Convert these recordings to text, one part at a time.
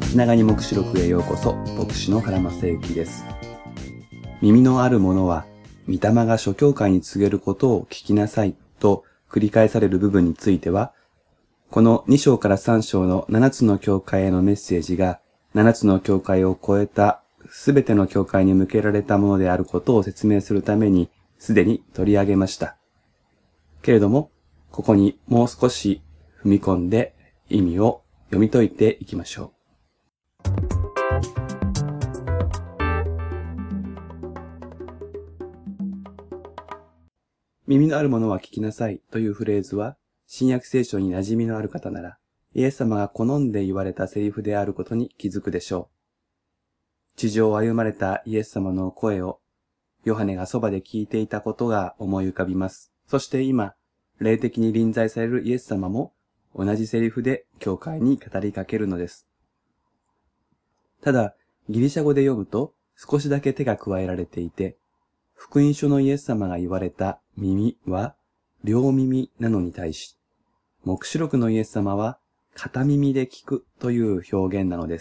気長に黙示録へようこそ。牧師の原正幸です。耳のある者は御霊が諸教会に告げることを聞きなさいと繰り返される部分については、この2章から3章の7つの教会へのメッセージが7つの教会を超えたすべての教会に向けられたものであることを説明するためにすでに取り上げました。けれども、ここにもう少し踏み込んで意味を読み解いていきましょう。耳のあるものは聞きなさいというフレーズは、新約聖書に馴染みのある方なら、イエス様が好んで言われたセリフであることに気づくでしょう。地上を歩まれたイエス様の声を、ヨハネがそばで聞いていたことが思い浮かびます。そして今、霊的に臨在されるイエス様も、同じセリフで教会に語りかけるのです。ただ、ギリシャ語で読むと少しだけ手が加えられていて、福音書のイエス様が言われた耳は両耳なのに対し、黙示録のイエス様は片耳で聞くという表現なのです。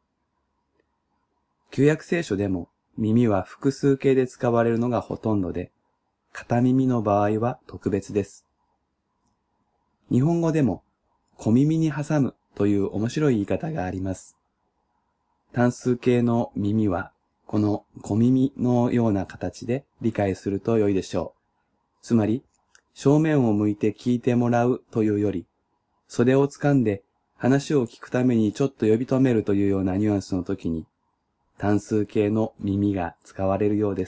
旧約聖書でも耳は複数形で使われるのがほとんどで、片耳の場合は特別です。日本語でも小耳に挟むという面白い言い方があります。単数形の耳はこの小耳のような形で理解すると良いでしょう。つまり、正面を向いて聞いてもらうというより、袖を掴んで話を聞くためにちょっと呼び止めるというようなニュアンスの時に、単数形の耳が使われるようです。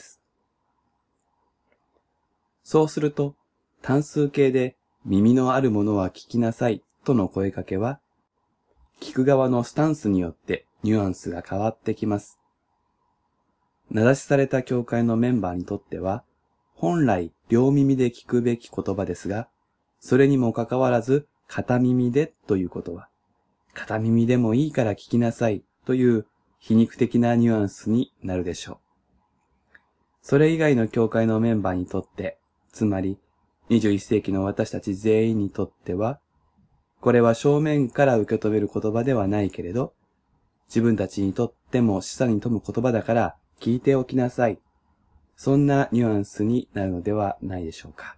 そうすると、単数形で耳のあるものは聞きなさいとの声かけは、聞く側のスタンスによってニュアンスが変わってきます。名指しされた教会のメンバーにとっては、本来両耳で聞くべき言葉ですが、それにもかかわらず片耳でということは、片耳でもいいから聞きなさいという皮肉的なニュアンスになるでしょう。それ以外の教会のメンバーにとって、つまり21世紀の私たち全員にとっては、これは正面から受け止める言葉ではないけれど、自分たちにとっても示唆に富む言葉だから聞いておきなさい。そんなニュアンスになるのではないでしょうか。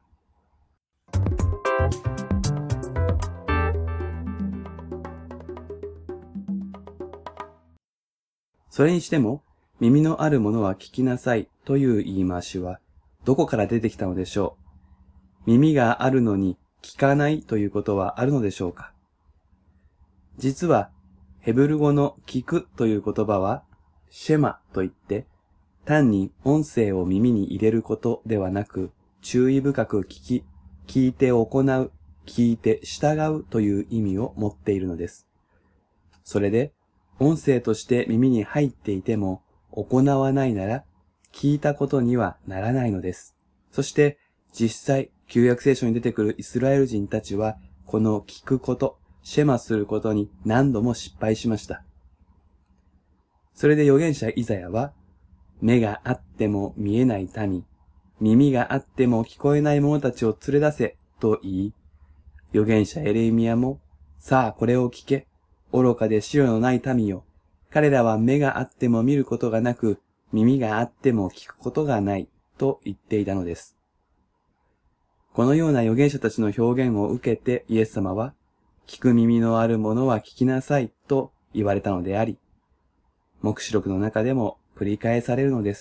それにしても、耳のあるものは聞きなさいという言い回しは、どこから出てきたのでしょう。耳があるのに聞かないということはあるのでしょうか。実は、ヘブル語の聞くという言葉は、シェマといって、単に音声を耳に入れることではなく、注意深く聞いて行う、聞いて従うという意味を持っているのです。それで、音声として耳に入っていても、行わないなら、聞いたことにはならないのです。そして、実際、旧約聖書に出てくるイスラエル人たちは、この聞くこと、シェマすることに何度も失敗しました。それで預言者イザヤは、目があっても見えない民、耳があっても聞こえない者たちを連れ出せと言い、預言者エレミヤも、さあこれを聞け、愚かで知恵のない民よ、彼らは目があっても見ることがなく、耳があっても聞くことがないと言っていたのです。このような預言者たちの表現を受けてイエス様は、聞く耳のある者は聞きなさいと言われたのであり、黙示録の中でも繰り返されるのです。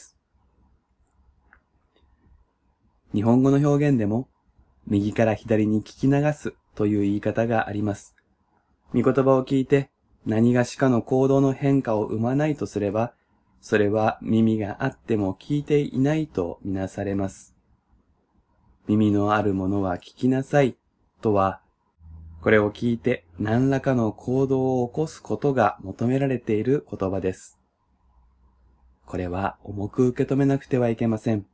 日本語の表現でも、右から左に聞き流すという言い方があります。御言葉を聞いて何がしかの行動の変化を生まないとすれば、それは耳があっても聞いていないとみなされます。耳のある者は聞きなさいとは、これを聞いて何らかの行動を起こすことが求められている言葉です。これは重く受け止めなくてはいけません。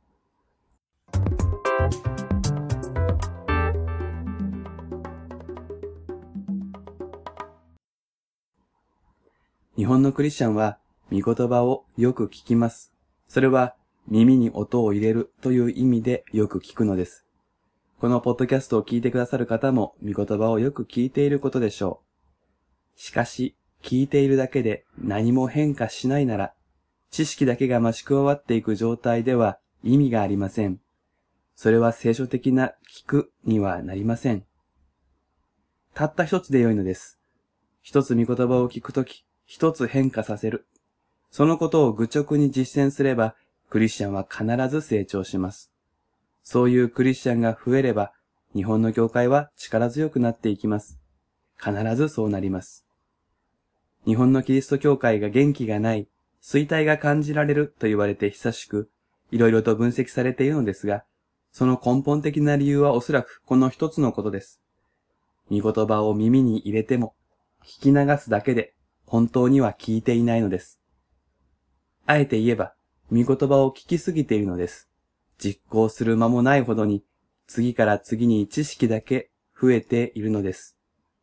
日本のクリスチャンは御言葉をよく聞きます。それは耳に音を入れるという意味でよく聞くのです。このポッドキャストを聞いてくださる方も御言葉をよく聞いていることでしょう。しかし、 聞いているだけで何も変化しないなら、知識だけが増し加わっていく状態では意味がありません。それは聖書的な聞くにはなりません。たった一つで良いのです。一つ御言葉を聞くとき、一つ変化させる。そのことを愚直に実践すれば、クリスチャンは必ず成長します。そういうクリスチャンが増えれば、日本の教会は力強くなっていきます。必ずそうなります。日本のキリスト教会が元気がない、衰退が感じられると言われて久しく、いろいろと分析されているのですが、その根本的な理由はおそらくこの一つのことです。御言葉を耳に入れても、聞き流すだけで本当には聞いていないのです。あえて言えば、御言葉を聞きすぎているのです。実行する間もないほどに、次から次に知識だけ増えているのです。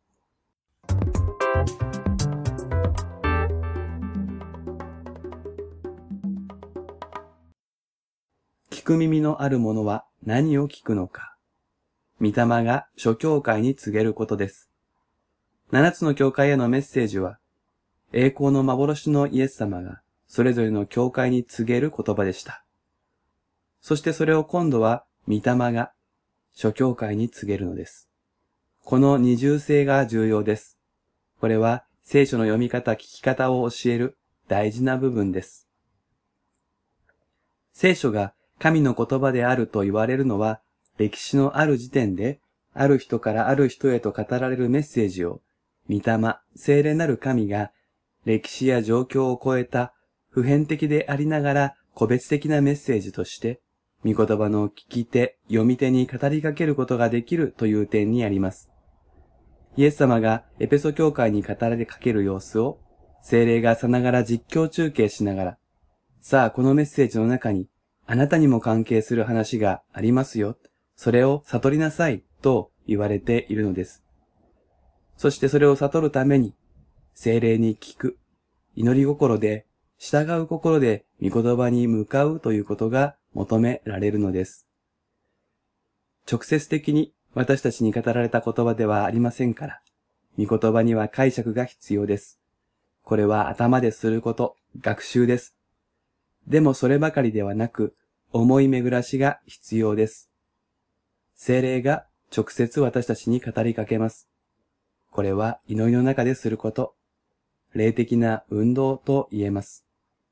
聞く耳のある者は何を聞くのか。御霊が諸教会に告げることです。7つの教会へのメッセージは、栄光の幻のイエス様がそれぞれの教会に告げる言葉でした。そしてそれを今度は御霊が諸教会に告げるのです。この二重性が重要です。これは聖書の読み方、聞き方を教える大事な部分です。聖書が神の言葉であると言われるのは、歴史のある時点で、ある人からある人へと語られるメッセージを、御霊、聖霊なる神が、歴史や状況を超えた普遍的でありながら個別的なメッセージとして、御言葉の聞き手、読み手に語りかけることができるという点にあります。イエス様がエペソ教会に語りかける様子を、聖霊がさながら実況中継しながら、さあこのメッセージの中に、あなたにも関係する話がありますよ。それを悟りなさいと言われているのです。そしてそれを悟るために、聖霊に聞く、祈り心で、従う心で御言葉に向かうということが求められるのです。直接的に私たちに語られた言葉ではありませんから、御言葉には解釈が必要です。これは頭ですること、学習です。でもそればかりではなく、思い巡らしが必要です。聖霊が直接私たちに語りかけます。これは祈りの中ですること、霊的な運動と言えます。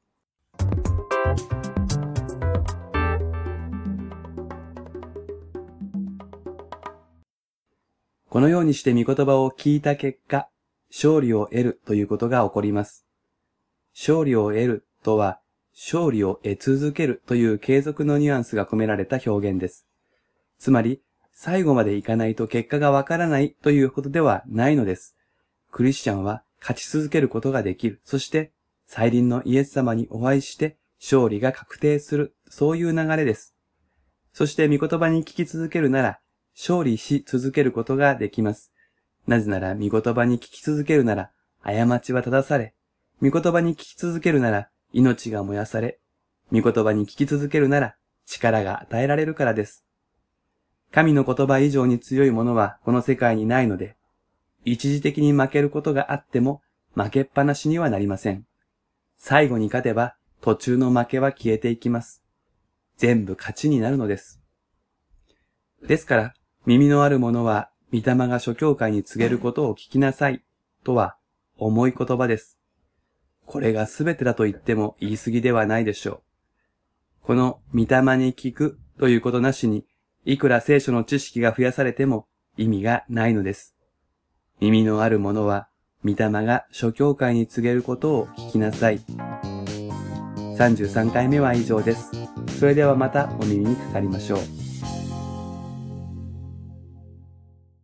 このようにして御言葉を聞いた結果、勝利を得るということが起こります。勝利を得るとは、勝利を得続けるという継続のニュアンスが込められた表現です。つまり、最後までいかないと結果がわからないということではないのです。クリスチャンは勝ち続けることができる。そして、再臨のイエス様にお会いして勝利が確定する。そういう流れです。そして、御言葉に聞き続けるなら、勝利し続けることができます。なぜなら、御言葉に聞き続けるなら、過ちは正され、御言葉に聞き続けるなら、命が燃やされ、御言葉に聞き続けるなら、力が与えられるからです。神の言葉以上に強いものはこの世界にないので、一時的に負けることがあっても、負けっぱなしにはなりません。最後に勝てば、途中の負けは消えていきます。全部勝ちになるのです。ですから、耳のある者は、御霊が諸教会に告げることを聞きなさい、とは、重い言葉です。これが全てだと言っても言い過ぎではないでしょう。この御霊に聞くということなしに、いくら聖書の知識が増やされても意味がないのです。耳のある者は、御霊が諸教会に告げることを聞きなさい。33回目は以上です。それではまたお耳にかかりましょう。